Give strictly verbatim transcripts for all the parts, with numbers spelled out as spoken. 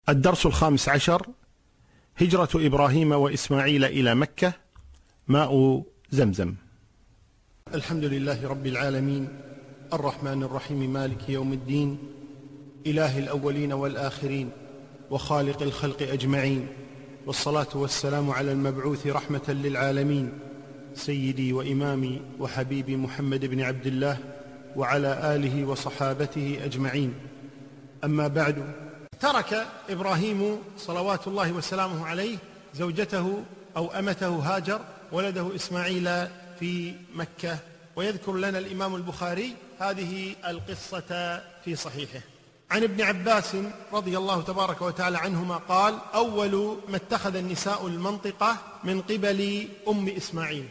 الدرس الخامس عشر: هجرة إبراهيم وإسماعيل إلى مكة. ماء زمزم. الحمد لله رب العالمين، الرحمن الرحيم، مالك يوم الدين، إله الأولين والآخرين، وخالق الخلق أجمعين، والصلاة والسلام على المبعوث رحمة للعالمين، سيدي وإمامي وحبيبي محمد بن عبد الله، وعلى آله وصحابته أجمعين. أما بعد، ترك إبراهيم صلوات الله وسلامه عليه زوجته أو أمته هاجر، ولده إسماعيل في مكة. ويذكر لنا الإمام البخاري هذه القصة في صحيحه عن ابن عباس رضي الله تبارك وتعالى عنهما قال: أول ما اتخذ النساء المنطقة من قبل أم إسماعيل.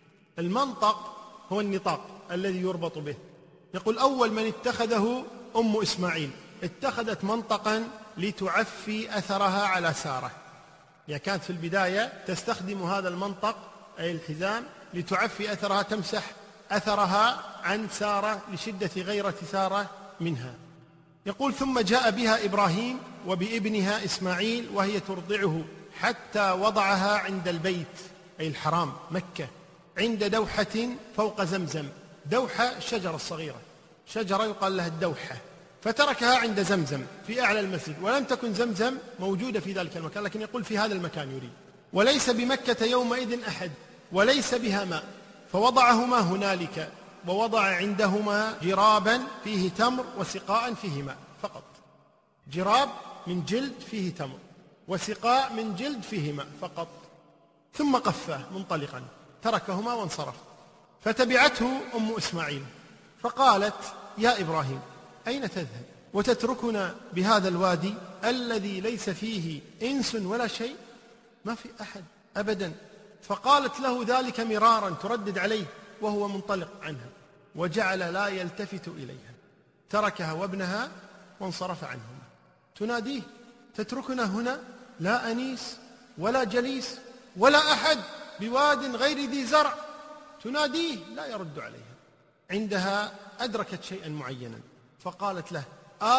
المنطق هو النطاق الذي يربط به. يقول: أول من اتخذه أم إسماعيل، اتخذت منطقا لتعفي أثرها على سارة. يعني كانت في البداية تستخدم هذا المنطق أي الحزام لتعفي أثرها، تمسح أثرها عن سارة لشدة غيرة سارة منها. يقول: ثم جاء بها إبراهيم وبابنها إسماعيل وهي ترضعه حتى وضعها عند البيت أي الحرام مكة، عند دوحة فوق زمزم. دوحة الشجرة الصغيرة، شجرة يقال لها الدوحة، فتركها عند زمزم في أعلى المسجد. ولم تكن زمزم موجودة في ذلك المكان، لكن يقول في هذا المكان يريد. وليس بمكة يومئذ أحد وليس بها ماء، فوضعهما هنالك، ووضع عندهما جرابا فيه تمر وسقاء فيه ماء فقط. جراب من جلد فيه تمر، وسقاء من جلد فيه ماء فقط. ثم قفاه منطلقا، تركهما وانصرف. فتبعته أم إسماعيل فقالت: يا إبراهيم، أين تذهب وتتركنا بهذا الوادي الذي ليس فيه إنس ولا شيء؟ ما في أحد أبدا. فقالت له ذلك مرارا، تردد عليه وهو منطلق عنها، وجعل لا يلتفت إليها، تركها وابنها وانصرف عنهما. تناديه: تتركنا هنا، لا أنيس ولا جليس ولا أحد بواد غير ذي زرع. تناديه لا يرد عليها. عندها أدركت شيئا معينا فقالت له: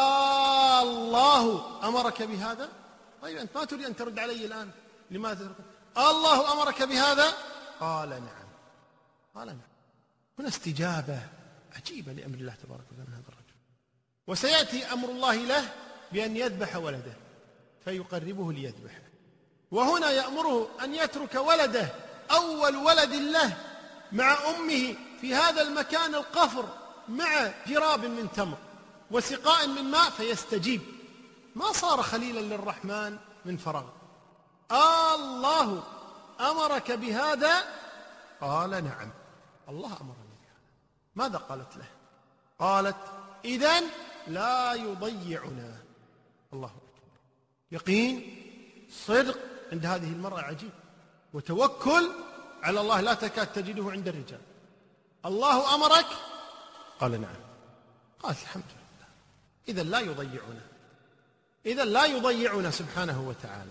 آه الله أمرك بهذا؟ طيب أنت ما تريد أن ترد علي الآن، لماذا تترك؟ آه الله أمرك بهذا؟ قال نعم. قال نعم. هنا استجابة عجيبة لأمر الله تبارك وتعالى هذا الرجل. وسيأتي أمر الله له بأن يذبح ولده فيقربه ليذبحه، وهنا يأمره أن يترك ولده أول ولد له مع أمه في هذا المكان القفر مع جراب من تمر وسقاء من ماء فيستجيب. ما صار خليلا للرحمن من فراغ. آه الله أمرك بهذا؟ قال نعم، الله أمرني بهذا. ماذا قالت له؟ قالت: إذن لا يضيعنا. الله أكبر. يقين، صدق عند هذه المرأة عجيب، وتوكل على الله لا تكاد تجده عند الرجال. الله أمرك؟ قال نعم. قالت: الحمد لله، إذن لا يضيعنا، إذن لا يضيعنا سبحانه وتعالى.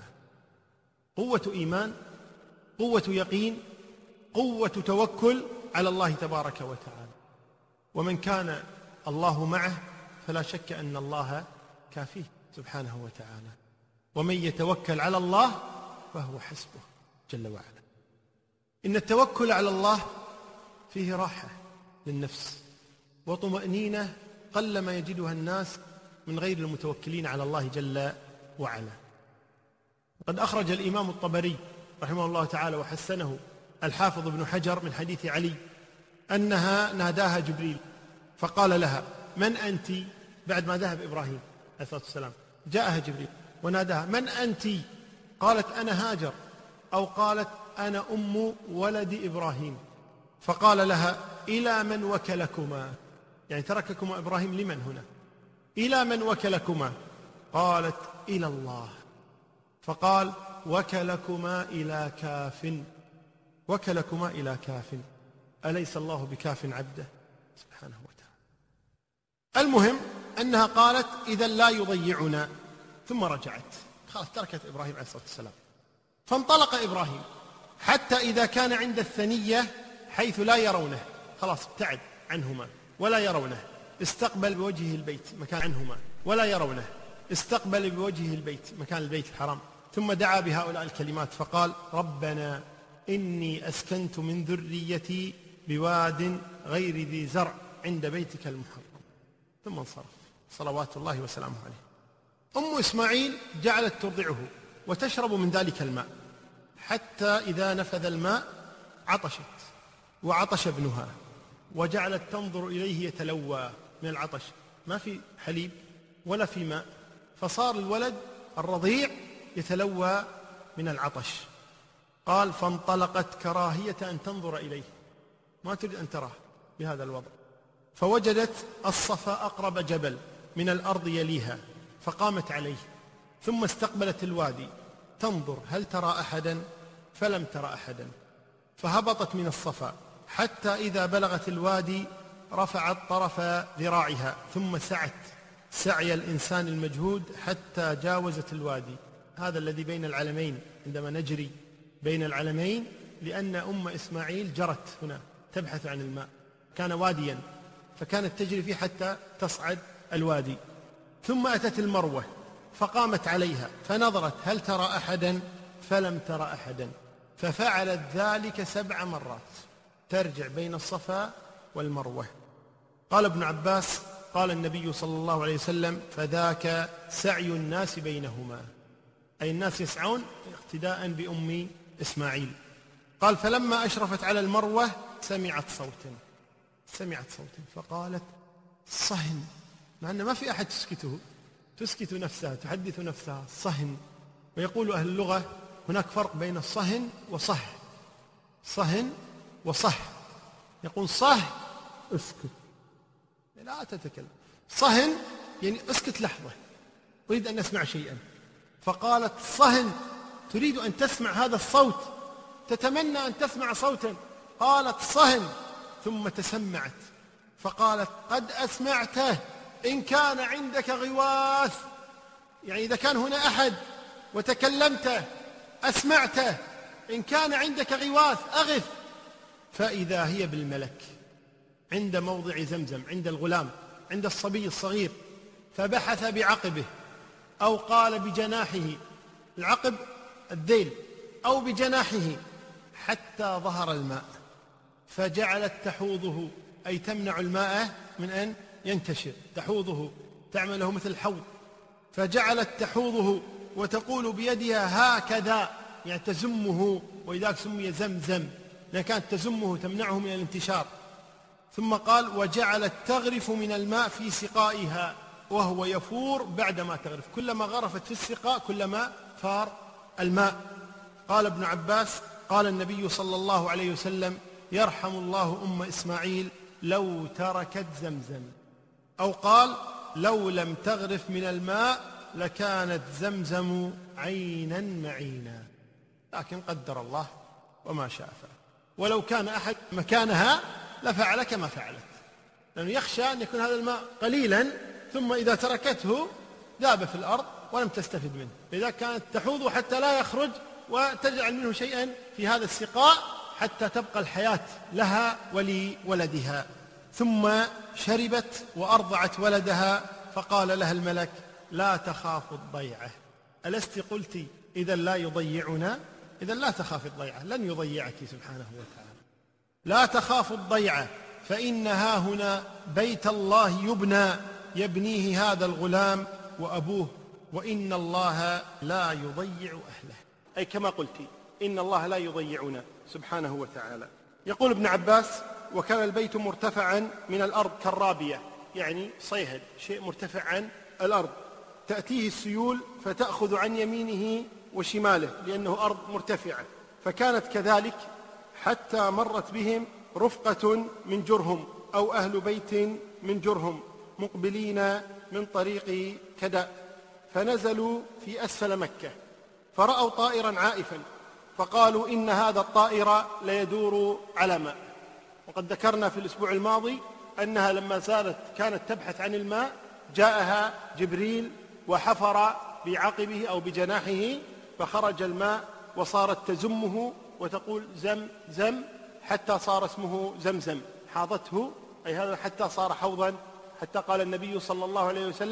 قوة إيمان، قوة يقين، قوة توكل على الله تبارك وتعالى. ومن كان الله معه فلا شك أن الله كافيه سبحانه وتعالى. ومن يتوكل على الله فهو حسبه جل وعلا. إن التوكل على الله فيه راحة للنفس وطمأنينة قلما يجدها الناس من غير المتوكلين على الله جل وعلا. قد أخرج الإمام الطبري رحمه الله تعالى وحسنه الحافظ ابن حجر من حديث علي أنها ناداها جبريل فقال لها: من أنت؟ بعد ما ذهب إبراهيم عليه الصلاة والسلام جاءها جبريل وناداها: من أنت؟ قالت: أنا هاجر، أو قالت: أنا أم ولد إبراهيم. فقال لها: إلى من وكلكما؟ يعني ترككما إبراهيم لمن هنا؟ إلى من وكلكما؟ قالت: إلى الله. فقال: وكلكما إلى كاف، وكلكما إلى كاف، أليس الله بكاف عبده سبحانه وتعالى. المهم أنها قالت: إذا لا يضيعنا. ثم رجعت، خلاص تركت إبراهيم عليه الصلاة والسلام. فانطلق إبراهيم حتى إذا كان عند الثنية حيث لا يرونه، خلاص ابتعد عنهما ولا يرونه، استقبل بوجهه البيت مكان عنهما ولا يرونه. استقبل بوجهه البيت، مكان البيت الحرام، ثم دعا بهؤلاء الكلمات فقال: ربنا إني أسكنت من ذريتي بواد غير ذي زرع عند بيتك المحرم، ثم انصرف صلوات الله وسلامه عليه. أم إسماعيل جعلت ترضعه وتشرب من ذلك الماء، حتى إذا نفذ الماء عطشت وعطش ابنها، وجعلت تنظر إليه يتلوى من العطش، ما في حليب ولا في ماء، فصار الولد الرضيع يتلوى من العطش. قال: فانطلقت كراهية أن تنظر إليه، ما تريد أن تراه بهذا الوضع، فوجدت الصفا أقرب جبل من الأرض يليها، فقامت عليه، ثم استقبلت الوادي تنظر هل ترى أحدا، فلم ترى أحدا، فهبطت من الصفا حتى إذا بلغت الوادي رفعت طرف ذراعها، ثم سعت سعي الإنسان المجهود حتى جاوزت الوادي، هذا الذي بين العلمين، عندما نجري بين العلمين، لأن أم إسماعيل جرت هنا تبحث عن الماء، كان واديا فكانت تجري فيه حتى تصعد الوادي. ثم أتت المروة فقامت عليها فنظرت هل ترى أحدا، فلم ترى أحدا، ففعلت ذلك سبع مرات، ترجع بين الصفا والمروة. قال ابن عباس: قال النبي صلى الله عليه وسلم: فذاك سعي الناس بينهما، أي الناس يسعون اقتداء بأم إسماعيل. قال: فلما أشرفت على المروة سمعت صوتا سمعت صوتا فقالت: صهن، مع أن ما في أحد تسكته، تسكت نفسها، تحدث نفسها، صهن. ويقول أهل اللغة هناك فرق بين الصهن وصح، صهن وصح، يقول صح اسكت لا تتكلم، صهن يعني اسكت لحظة أريد أن أسمع شيئا، فقالت صهن تريد أن تسمع هذا الصوت، تتمنى أن تسمع صوتا، قالت صهن، ثم تسمعت فقالت: قد أسمعته إن كان عندك غواث، يعني إذا كان هنا أحد وتكلمت أسمعته، إن كان عندك غواث أغث. فإذا هي بالملك عند موضع زمزم، عند الغلام، عند الصبي الصغير، فبحث بعقبه أو قال بجناحه، العقب الذيل، أو بجناحه حتى ظهر الماء، فجعلت تحوضه، أي تمنع الماء من أن ينتشر، تحوضه، تعمله مثل الحوض، فجعلت تحوضه وتقول بيدها هكذا، يعني تزمه، ولذلك سمي زمزم، لأنها كانت تزمه تمنعه من الانتشار. ثم قال: وجعلت تغرف من الماء في سقائها وهو يفور بعدما تغرف، كلما غرفت في السقاء كلما فار الماء. قال ابن عباس: قال النبي صلى الله عليه وسلم: يرحم الله أم إسماعيل لو تركت زمزم، أو قال: لو لم تغرف من الماء لكانت زمزم عينا معينا، لكن قدر الله وما شاء فعل، ولو كان أحد مكانها لفعل كما فعلت، لأنه يخشى أن يكون هذا الماء قليلا ثم إذا تركته ذاب في الأرض ولم تستفد منه، لذا كانت تحوض حتى لا يخرج وتجعل منه شيئا في هذا السقاء حتى تبقى الحياة لها ولولدها. ثم شربت وأرضعت ولدها، فقال لها الملك: لا تخاف الضيعة، ألست قلت إذا لا يضيعنا؟ إذا لا تخاف الضيعة، لن يضيعك سبحانه وتعالى، لا تخاف الضيعة، فإنها هنا بيت الله يبنى، يبنيه هذا الغلام وأبوه، وإن الله لا يضيع أهله، أي كما قلت إن الله لا يضيعنا سبحانه وتعالى. يقول ابن عباس: وكان البيت مرتفعا من الأرض كالرابية، يعني صيهد، شيء مرتفع عن الأرض، تأتيه السيول فتأخذ عن يمينه وشماله لأنه أرض مرتفعة، فكانت كذلك حتى مرت بهم رفقة من جرهم أو أهل بيت من جرهم مقبلين من طريق كداء، فنزلوا في أسفل مكة فرأوا طائرا عائفا، فقالوا: إن هذا الطائر ليدور على ماء. وقد ذكرنا في الأسبوع الماضي أنها لما زالت كانت تبحث عن الماء جاءها جبريل وحفر بعقبه أو بجناحه فخرج الماء، وصارت تزمه وتقول زم زم حتى صار اسمه زمزم، حاضته، أي هذا حتى صار حوضا، حتى قال النبي صلى الله عليه وسلم: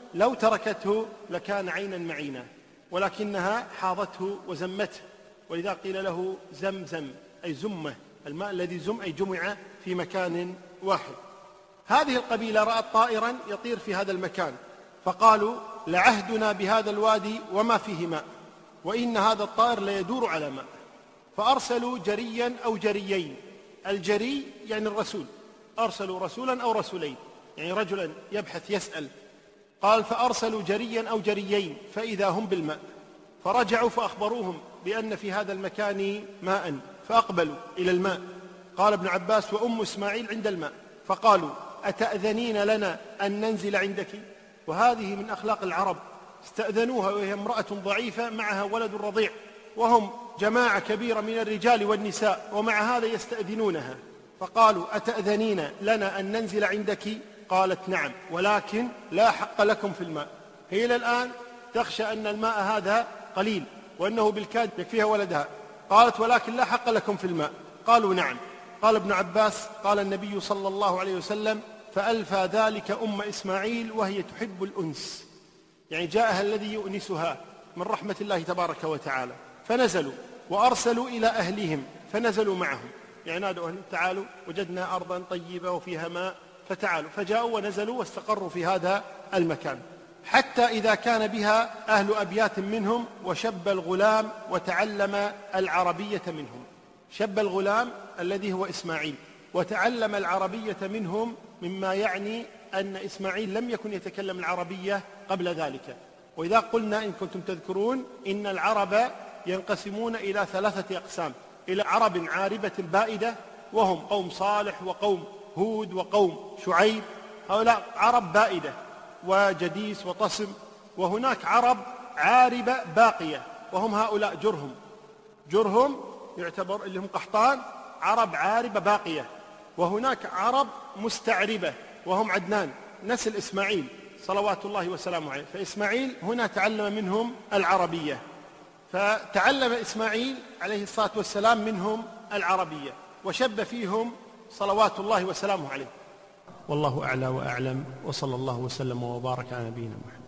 لو تركته لكان عينا معينا، ولكنها حاضته وزمته، ولذا قيل له زمزم أي زمة، الماء الذي زم أي جمع في مكان واحد. هذه القبيلة رأت طائرا يطير في هذا المكان، فقالوا لعهدنا بهذا الوادي وما فيه ماء، وإن هذا الطائر ليدور على ماء. فأرسلوا جريا أو جريين. الجري يعني الرسول، أرسلوا رسولا أو رسولين، يعني رجلا يبحث يسأل. قال فأرسلوا جريا أو جريين فإذا هم بالماء، فرجعوا فأخبروهم بأن في هذا المكان ماء، فأقبلوا إلى الماء. قال ابن عباس وأم إسماعيل عند الماء، فقالوا أتأذنين لنا أن ننزل عندك؟ وهذه من أخلاق العرب، استأذنوها وهي امرأة ضعيفة معها ولد رضيع، وهم جماعة كبيرة من الرجال والنساء، ومع هذا يستأذنونها. فقالوا أتأذنين لنا أن ننزل عندك؟ قالت نعم، ولكن لا حق لكم في الماء. هي إلى الآن تخشى أن الماء هذا قليل وأنه بالكاد يكفيها ولدها. قالت ولكن لا حق لكم في الماء. قالوا نعم. قال ابن عباس قال النبي صلى الله عليه وسلم فألفى ذلك أم إسماعيل وهي تحب الأنس، يعني جاءها الذي يؤنسها من رحمة الله تبارك وتعالى. فنزلوا وأرسلوا إلى أهلهم فنزلوا معهم، يعني نادوا أهلهم تعالوا وجدنا أرضا طيبة وفيها ماء فتعالوا، فجاءوا ونزلوا واستقروا في هذا المكان، حتى إذا كان بها أهل أبيات منهم وشب الغلام وتعلم العربية منهم. شب الغلام الذي هو إسماعيل وتعلم العربية منهم، مما يعني أن إسماعيل لم يكن يتكلم العربية قبل ذلك. وإذا قلنا إن كنتم تذكرون إن العرب ينقسمون إلى ثلاثة أقسام: إلى عرب عاربة بائدة وهم قوم صالح وقوم هود وقوم شعيب، هؤلاء عرب بائدة وجديس وطسم. وهناك عرب عاربة باقية وهم هؤلاء جرهم. جرهم يعتبر اللي هم قحطان عرب عاربة باقية. وهناك عرب مستعربة وهم عدنان نسل إسماعيل صلوات الله وسلامه عليه. فإسماعيل هنا تعلم منهم العربية، فتعلم إسماعيل عليه الصلاة والسلام منهم العربية وشب فيهم صلوات الله وسلامه عليه. والله أعلى وأعلم، وصلى الله وسلم وبارك على نبينا محمد.